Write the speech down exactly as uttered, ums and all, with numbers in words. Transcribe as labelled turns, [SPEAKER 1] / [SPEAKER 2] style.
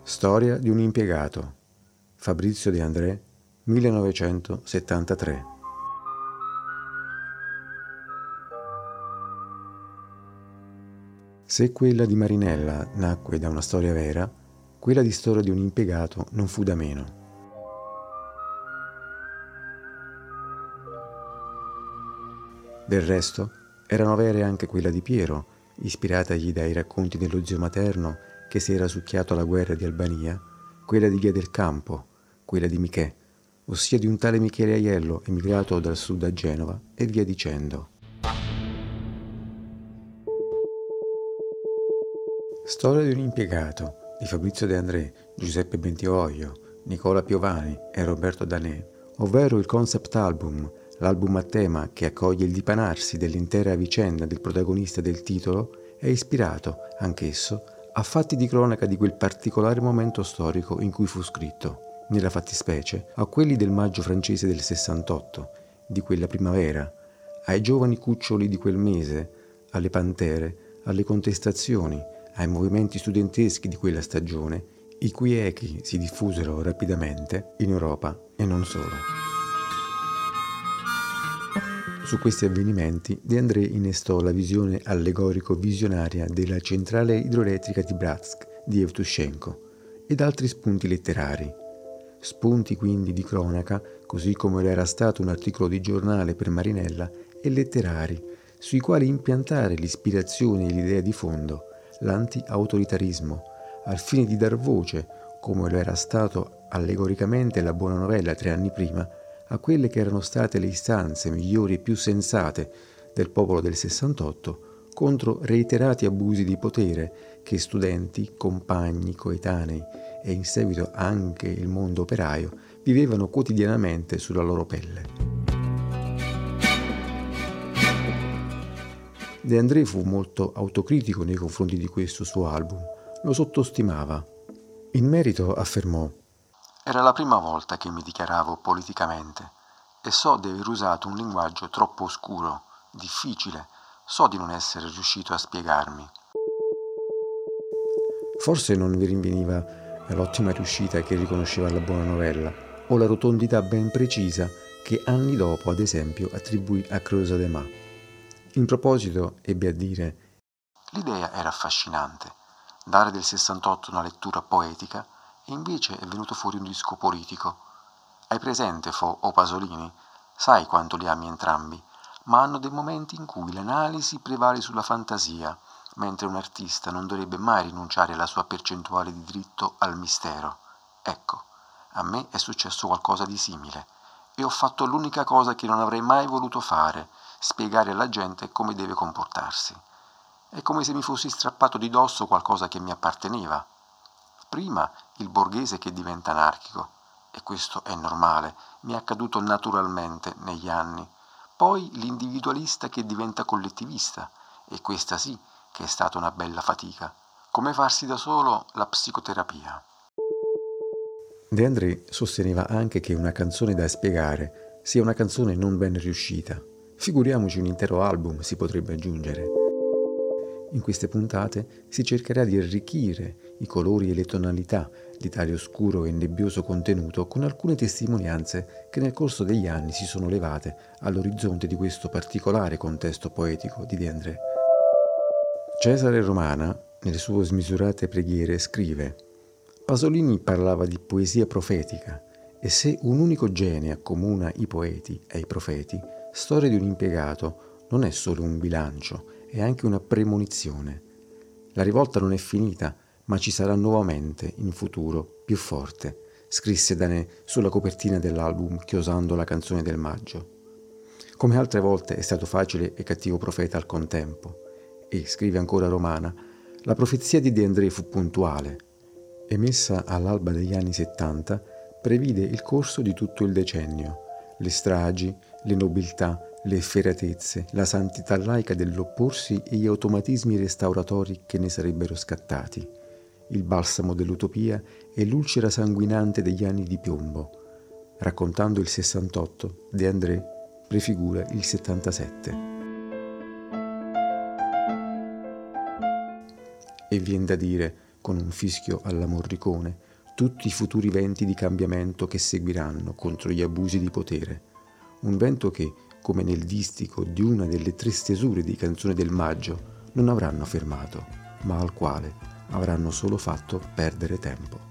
[SPEAKER 1] Storia di un impiegato. Fabrizio De André, millenovecentosettantatré. Se quella di Marinella nacque da una storia vera, quella di Storia di un impiegato non fu da meno. Del resto, erano vere anche quella di Piero, ispiratagli dai racconti dello zio materno che si era succhiato alla guerra di Albania, quella di Via del Campo, quella di Michè, ossia di un tale Michele Aiello emigrato dal sud a Genova, e via dicendo. Storia di un impiegato di Fabrizio De André, Giuseppe Bentivoglio, Nicola Piovani e Roberto Danè, ovvero il concept album, l'album a tema che accoglie il dipanarsi dell'intera vicenda del protagonista del titolo, è ispirato, anch'esso, a fatti di cronaca di quel particolare momento storico in cui fu scritto, nella fattispecie a quelli del maggio francese del sessantotto, di quella primavera, ai giovani cuccioli di quel mese, alle pantere, alle contestazioni, ai movimenti studenteschi di quella stagione, i cui echi si diffusero rapidamente in Europa e non solo. Su questi avvenimenti De André innestò la visione allegorico-visionaria della centrale idroelettrica di Bratsk di Evtushenko ed altri spunti letterari. Spunti quindi di cronaca, così come lo era stato un articolo di giornale per Marinella, e letterari, sui quali impiantare l'ispirazione e l'idea di fondo, l'anti-autoritarismo, al fine di dar voce, come lo era stato allegoricamente la buona novella tre anni prima, a quelle che erano state le istanze migliori e più sensate del popolo del sessantotto contro reiterati abusi di potere che studenti, compagni, coetanei e in seguito anche il mondo operaio vivevano quotidianamente sulla loro pelle. De André fu molto autocritico nei confronti di questo suo album, lo sottostimava. In merito affermò:
[SPEAKER 2] Era la prima volta che mi dichiaravo politicamente e so di aver usato un linguaggio troppo oscuro, difficile, so di non essere riuscito a spiegarmi.
[SPEAKER 1] Forse non vi rinveniva l'ottima riuscita che riconosceva alla buona novella, o la rotondità ben precisa che anni dopo, ad esempio, attribuì a Creusa de Ma. In proposito ebbe a dire:
[SPEAKER 2] L'idea era affascinante, dare del sessantotto una lettura poetica, e invece è venuto fuori un disco politico. Hai presente Fo o Pasolini? Sai quanto li ami entrambi, ma hanno dei momenti in cui l'analisi prevale sulla fantasia, mentre un artista non dovrebbe mai rinunciare alla sua percentuale di diritto al mistero. Ecco, a me è successo qualcosa di simile, e ho fatto l'unica cosa che non avrei mai voluto fare, spiegare alla gente come deve comportarsi. È come se mi fossi strappato di dosso qualcosa che mi apparteneva. Prima il borghese che diventa anarchico, e questo è normale, mi è accaduto naturalmente negli anni. Poi l'individualista che diventa collettivista, e questa sì che è stata una bella fatica, come farsi da solo la psicoterapia.
[SPEAKER 1] De André sosteneva anche che una canzone da spiegare sia una canzone non ben riuscita. Figuriamoci un intero album, si potrebbe aggiungere. In queste puntate si cercherà di arricchire i colori e le tonalità di tale oscuro e nebbioso contenuto con alcune testimonianze che nel corso degli anni si sono levate all'orizzonte di questo particolare contesto poetico di De André. Cesare Romana, nelle sue smisurate preghiere, scrive: Pasolini parlava di poesia profetica, e se un unico genio accomuna i poeti e i profeti, Storia di un impiegato non è solo un bilancio, è anche una premonizione. La rivolta non è finita, ma ci sarà nuovamente, in futuro, più forte, scrisse Danè sulla copertina dell'album chiosando la canzone del maggio. Come altre volte è stato facile e cattivo profeta al contempo. E, scrive ancora Romana, la profezia di De André fu puntuale. Emessa all'alba degli anni settanta, previde il corso di tutto il decennio, le stragi, le nobiltà, le efferatezze, la santità laica dell'opporsi e gli automatismi restauratori che ne sarebbero scattati, il balsamo dell'utopia e l'ulcera sanguinante degli anni di piombo. Raccontando il sessantotto, De André prefigura il settantasette. E vien da dire: con un fischio alla Morricone, tutti i futuri venti di cambiamento che seguiranno contro gli abusi di potere. Un vento che, come nel distico di una delle tre stesure di Canzone del Maggio, non avranno fermato, ma al quale avranno solo fatto perdere tempo.